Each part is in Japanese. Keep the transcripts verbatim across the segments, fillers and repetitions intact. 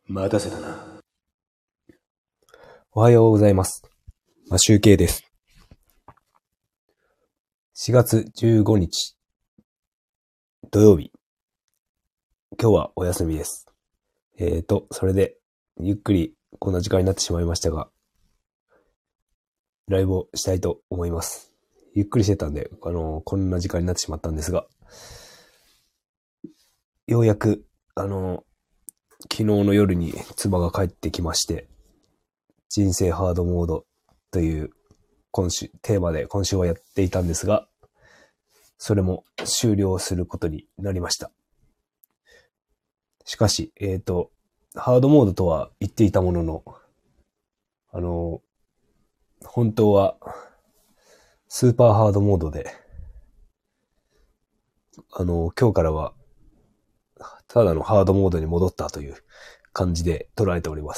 待たせたな。 おはようございます。マシュウケイです。しがつじゅうごにち土曜日。今日はお休みです。えーと、それでゆっくりこんな時間になってしまいましたが、ライブをしたいと思います。ゆっくりしてたんで、あのこんな時間になってしまったんですが、ようやくあの昨日の夜に妻が帰ってきまして、人生ハードモードという今週テーマで今週はやっていたんですが、それも終了することになりました。しかし、えっと、ハードモードとは言っていたものの、あの、本当はスーパーハードモードで、あの、今日からはただのハードモードに戻ったという感じで捉えております。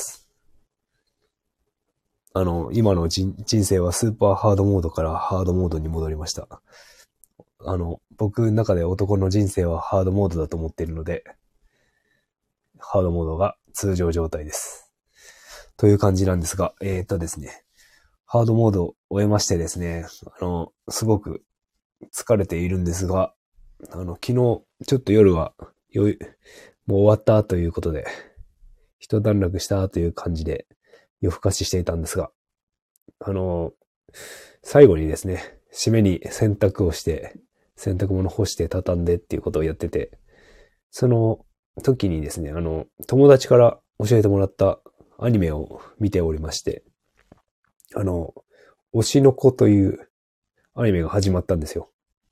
あの、今の人生はスーパーハードモードからハードモードに戻りました。あの、僕の中で男の人生はハードモードだと思っているので、ハードモードが通常状態です。という感じなんですが、えーっとですね、ハードモードを終えましてですね、あの、すごく疲れているんですが、あの、昨日、ちょっと夜は、よい、もう終わったということで、一段落したという感じで夜更かししていたんですが、あの、最後にですね、締めに洗濯をして、洗濯物干して畳んでっていうことをやってて、その時にですね、あの、友達から教えてもらったアニメを見ておりまして、あの、推しの子というアニメが始まったんですよ。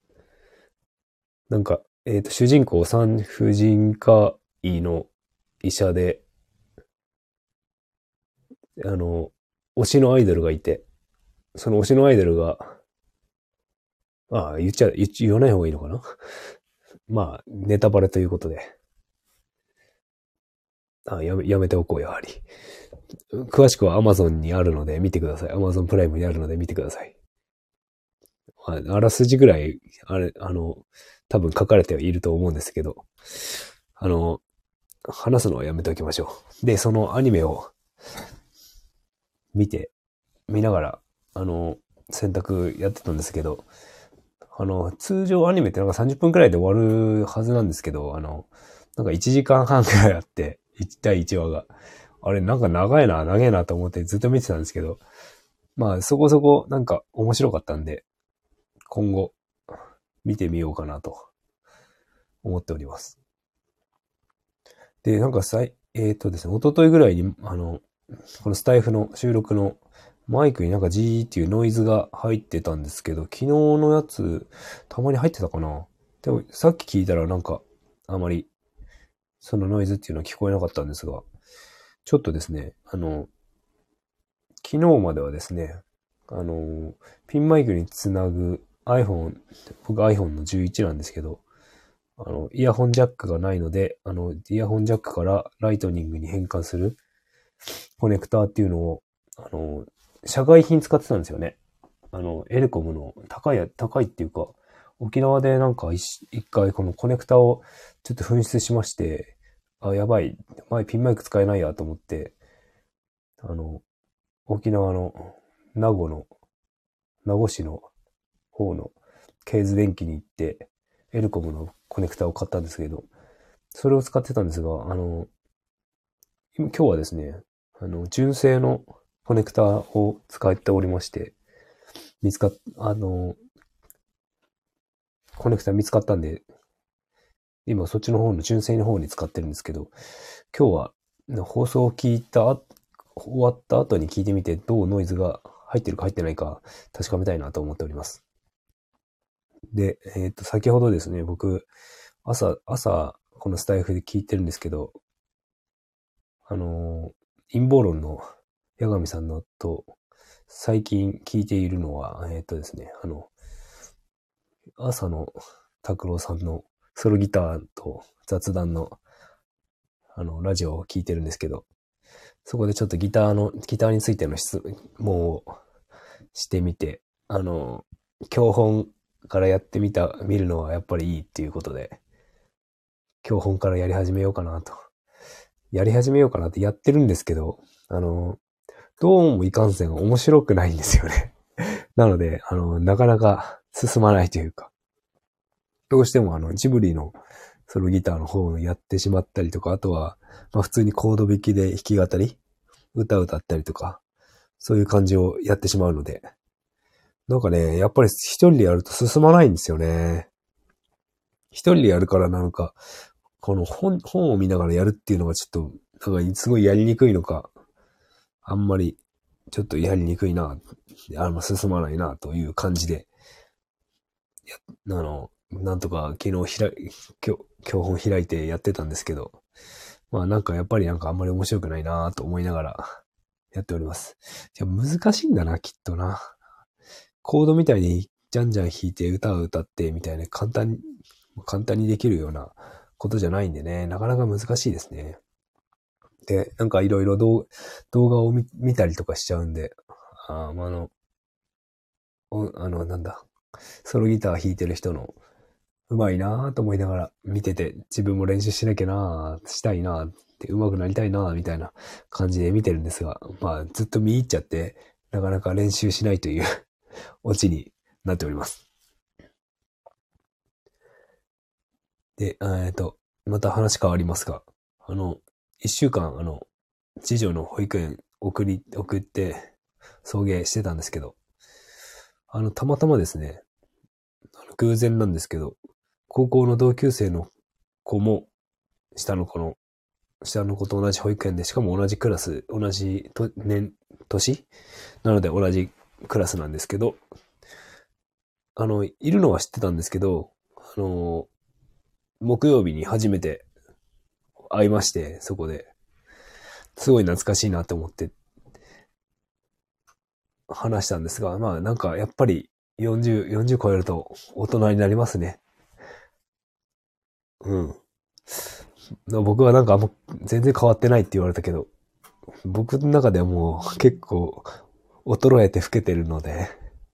なんか、えっと、主人公産婦人科医の医者で、あの、推しのアイドルがいて、その推しのアイドルが、ああ、言っちゃ、言言わない方がいいのかなまあ、ネタバレということで。あやめ、やめておこう、やはり。詳しくは Amazon にあるので見てください。Amazon プライムにあるので見てください。ああらすじぐらい、あれ、あの、多分書かれてはいると思うんですけど、あの、話すのはやめておきましょう。で、そのアニメを見て、見ながら、あの、洗濯やってたんですけど、あの、通常アニメってなんかさんじゅっぷんくらいで終わるはずなんですけど、あの、なんかいちじかんはんくらいあって、だいいちわが。あれ、なんか長いな、長いなと思ってずっと見てたんですけど、まあ、そこそこなんか面白かったんで、今後見てみようかなと思っております。で、なんかさい、えっとですね、一昨日ぐらいに、あの、このスタイフの収録のマイクになんかジーっていうノイズが入ってたんですけど、昨日のやつ、たまに入ってたかな。でも、さっき聞いたらなんか、あまり、そのノイズっていうのは聞こえなかったんですが、ちょっとですね、あの、昨日まではですね、あの、ピンマイクにつなぐ iPhone、僕 iPhone のじゅういちなんですけど、あの、イヤホンジャックがないので、あの、イヤホンジャックからライトニングに変換するコネクターっていうのを、あの、社外品使ってたんですよね。あの、エレコムの高い、高いっていうか、沖縄でなんか一一回このコネクタをちょっと紛失しまして、あ、やばい、前ピンマイク使えないやと思って、あの、沖縄の名護の、名護市の方のケーズ電機に行って、エルコムのコネクタを買ったんですけど、それを使ってたんですが、あの、今日はですね、あの、純正のコネクタを使っておりまして、見つかっ、あの、コネクタ見つかったんで、今そっちの方の純正の方に使ってるんですけど、今日は放送を聞いた、終わった後に聞いてみて、どうノイズが入ってるか入ってないか確かめたいなと思っております。で、えっと、先ほどですね、僕、朝、朝、このスタイフで聞いてるんですけど、あの、陰謀論の八神さんのと、最近聞いているのは、えっとですね、あの、朝の拓郎さんのソロギターと雑談の、あの、ラジオを聞いてるんですけど、そこでちょっとギターの、ギターについての質問をしてみて、あの、教本からやってみた、見るのはやっぱりいいっていうことで、教本からやり始めようかなとやり始めようかなってやってるんですけど、あの、どうもいかんせん面白くないんですよね。なので、あの、なかなか進まないというか、どうしてもあの、ジブリのソロギターの方をやってしまったりとか、あとは、まあ普通にコード弾きで弾き語り、歌歌ったりとか、そういう感じをやってしまうので、なんかね、やっぱり一人でやると進まないんですよね。一人でやるからなのか、この本、本を見ながらやるっていうのがちょっと、なんかすごいやりにくいのか、あんまりちょっとやりにくいな、あんま進まないなという感じで、や、あの、なんとか昨日開い、今日、教本開いてやってたんですけど、まあなんかやっぱりなんかあんまり面白くないなと思いながらやっております。いや難しいんだな、きっとな。コードみたいにじゃんじゃん弾いて歌を歌ってみたいな簡単に、簡単にできるようなことじゃないんでね、なかなか難しいですね。で、なんかいろいろ動画を 見, 見たりとかしちゃうんで、あ, あの、あの、なんだ、ソロギター弾いてる人のうまいなぁと思いながら見てて、自分も練習しなきゃなぁ、したいなぁって、上手くなりたいなぁみたいな感じで見てるんですが、まあずっと見入っちゃって、なかなか練習しないというオチになっております。で、えっと、また話変わりますが、あの、一週間、あの、次女の保育園送り、送って送迎してたんですけど、あの、たまたまですね、あの偶然なんですけど、高校の同級生の子も、下の子の、下の子と同じ保育園で、しかも同じクラス、同じと年、年なので同じクラスなんですけど、あの、いるのは知ってたんですけど、あの、木曜日に初めて会いまして、そこで、すごい懐かしいなと思って話したんですが、まあなんかやっぱりよんじゅう、よんじゅう超えると大人になりますね。うん。僕はなんかあんま全然変わってないって言われたけど、僕の中ではもう結構衰えて老けてるので、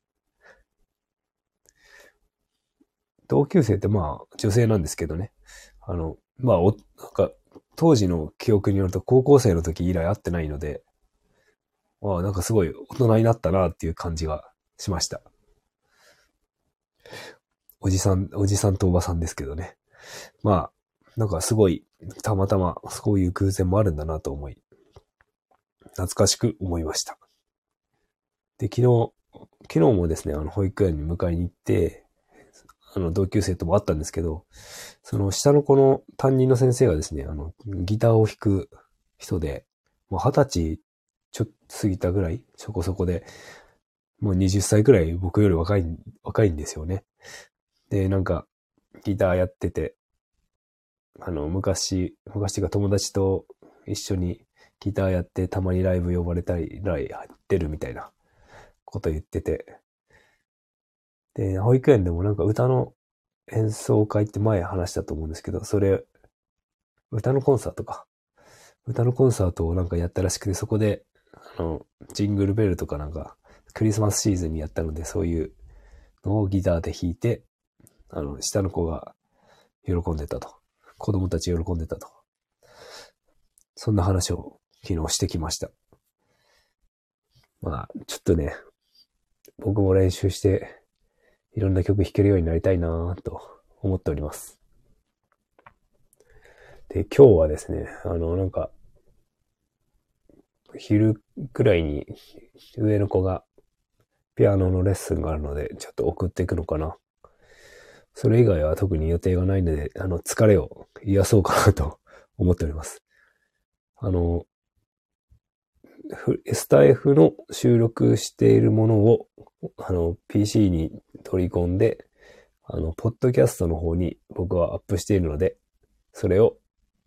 同級生ってまあ女性なんですけどね。あの、まあお、なんか当時の記憶によると高校生の時以来会ってないので、まあなんかすごい大人になったなっていう感じがしました。おじさん、おじさんとおばさんですけどね。まあ、なんかすごい、たまたまそういう偶然もあるんだなと思い、懐かしく思いました。で、昨日、昨日もですね、あの、保育園に迎えに行って、あの、同級生とも会ったんですけど、その下の子の担任の先生がですね、あの、ギターを弾く人で、もう二十歳ちょっと過ぎたぐらい、そこそこで、もうにじゅっさいくらい僕より若い、若いんですよね。で、なんか、ギターやってて、あの、昔、昔が友達と一緒にギターやってたまにライブ呼ばれたり、ライブ出るみたいなこと言ってて。で、保育園でもなんか歌の演奏会って前話したと思うんですけど、それ、歌のコンサートか。歌のコンサートをなんかやったらしくて、そこで、あの、ジングルベルとかなんか、クリスマスシーズンにやったので、そういうのをギターで弾いて、あの、下の子が喜んでたと。子供たち喜んでたと。そんな話を昨日してきました。まあ、ちょっとね、僕も練習して、いろんな曲弾けるようになりたいなぁと思っております。で、今日はですね、あの、なんか、昼くらいに上の子がピアノのレッスンがあるので、ちょっと送っていくのかな。それ以外は特に予定がないので、あの、疲れを癒そうかなと思っております。あの、スタイフの収録しているものを、あの、ピーシー に取り込んで、あの、ポッドキャストの方に僕はアップしているので、それを、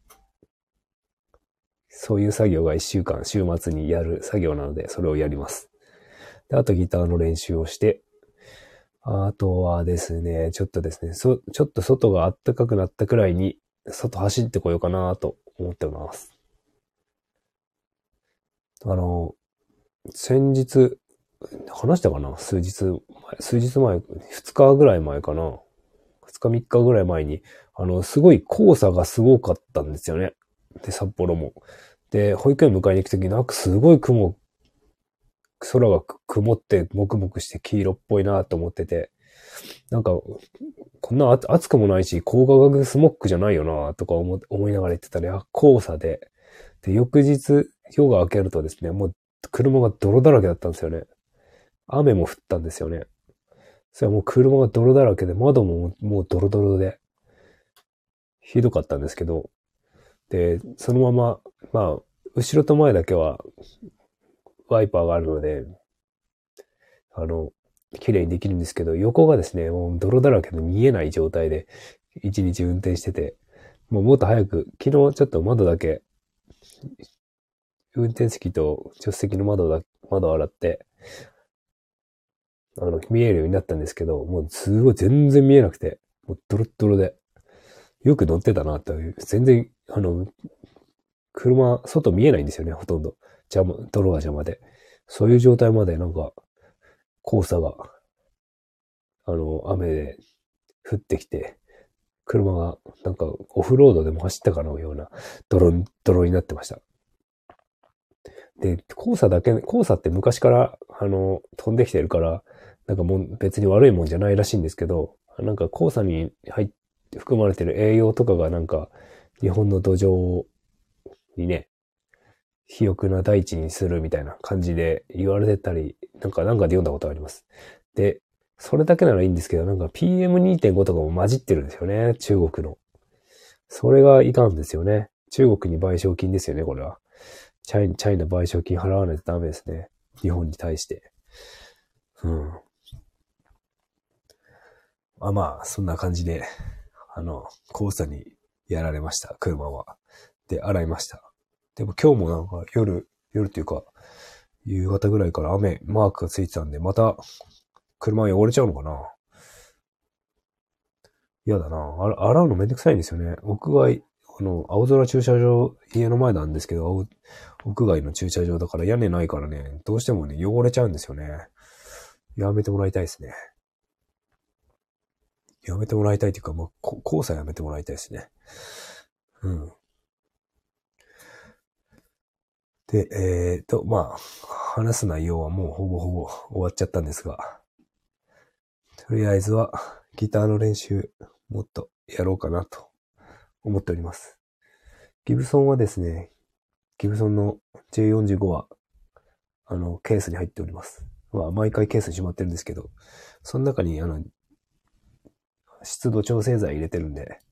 そういう作業が一週間、週末にやる作業なので、それをやります。で、あとギターの練習をして、あとはですね、ちょっとですね、そ、ちょっと外が暖かくなったくらいに、外走ってこようかなと思っております。あの、先日、話したかな数日前、数日前、二日ぐらい前かな二日三日ぐらい前に、あの、すごい黄砂がすごかったんですよね。 で、札幌も。で、保育園迎えに行くとき、なんかすごい雲、空が曇ってもくもくして黄色っぽいなと思ってて、なんか、こんな暑くもないし、光化学スモッグじゃないよなとか思思いながら言ってたら、黄砂で、で、翌日、夜が明けるとですね、もう車が泥だらけだったんですよね。雨も降ったんですよね。それはもう車が泥だらけで、窓ももうドロドロで、ひどかったんですけど、で、そのまま、まあ、後ろと前だけは、ワイパーがあるので、あの、綺麗にできるんですけど、横がですね、もう泥だらけで見えない状態で、一日運転してて、もうもっと早く、昨日ちょっと窓だけ、運転席と助手席の窓だ、窓を洗って、あの、見えるようになったんですけど、もうすごい全然見えなくて、もうドロッドロで、よく乗ってたなっていう、全然、あの、車、外見えないんですよね、ほとんど。邪魔、泥が邪魔で。そういう状態までなんか、黄砂が、あの、雨で降ってきて、車がなんかオフロードでも走ったかのような泥、泥になってました。で、黄砂だけ、黄砂って昔からあの飛んできてるから、なんかもう別に悪いもんじゃないらしいんですけど、なんか黄砂に入って含まれてる栄養とかがなんか日本の土壌にね、肥沃な大地にするみたいな感じで言われてたり、なんかなんかで読んだことあります。で、それだけならいいんですけど、なんか ピーエムにてんご とかも混じってるんですよね、中国の。それがいかんですよね。中国に賠償金ですよね、これは。チャイナ、チャイナ賠償金払わないとダメですね。日本に対して。うん。まあまあ、そんな感じで、あの、黄砂にやられました、車は。で、洗いました。でも今日もなんか夜、夜っていうか、夕方ぐらいから雨、マークがついてたんで、また、車汚れちゃうのかな。嫌だな。あ洗うのめんどくさいんですよね。屋外、あの、青空駐車場、家の前なんですけど、屋外の駐車場だから屋根ないからね、どうしてもね、汚れちゃうんですよね。やめてもらいたいですね。やめてもらいたいというか、もう、黄砂やめてもらいたいですね。うん。で、えーと、まあ、話す内容はもうほぼほぼ終わっちゃったんですが、とりあえずはギターの練習もっとやろうかなと思っております。ギブソンはですね、ギブソンの ジェイよんじゅうご は、あの、ケースに入っております。まあ、毎回ケースにしまってるんですけど、その中に、あの、湿度調整剤入れてるんで、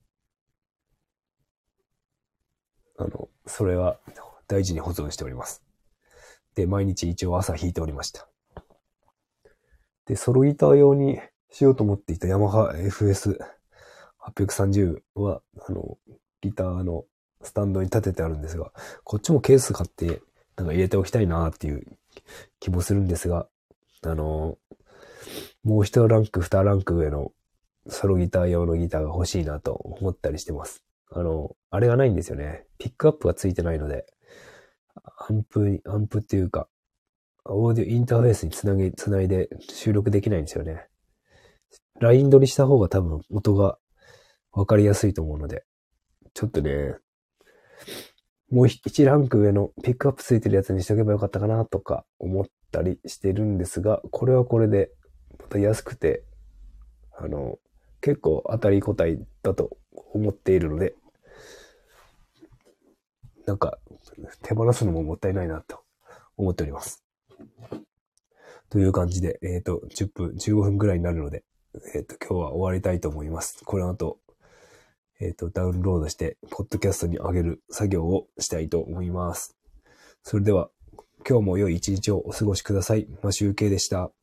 あの、それは大事に保存しております。で、毎日一応朝弾いておりました。で、ソロギター用にしようと思っていたヤマハ エフエスはっぴゃくさんじゅう は、あの、ギターのスタンドに立ててあるんですが、こっちもケース買って、なんか入れておきたいなっていう気もするんですが、あの、もう一ランク、二ランク上のソロギター用のギターが欲しいなと思ったりしてます。あの、あれがないんですよね。ピックアップがついてないので、アンプに、アンプっていうか、オーディオインターフェースにつなげ、つないで収録できないんですよね。ライン取りした方が多分音がわかりやすいと思うので、ちょっとね、もう一ランク上のピックアップついてるやつにしとけばよかったかなとか思ったりしてるんですが、これはこれでまた安くて、あの、結構当たり個体だと思っているので、なんか手放すのももったいないなと思っております。という感じで、えっと、じゅっぷん、じゅうごふんぐらいになるので、えっと、今日は終わりたいと思います。この後、えっと、ダウンロードして、ポッドキャストに上げる作業をしたいと思います。それでは、今日も良い一日をお過ごしください。マシュウケイでした。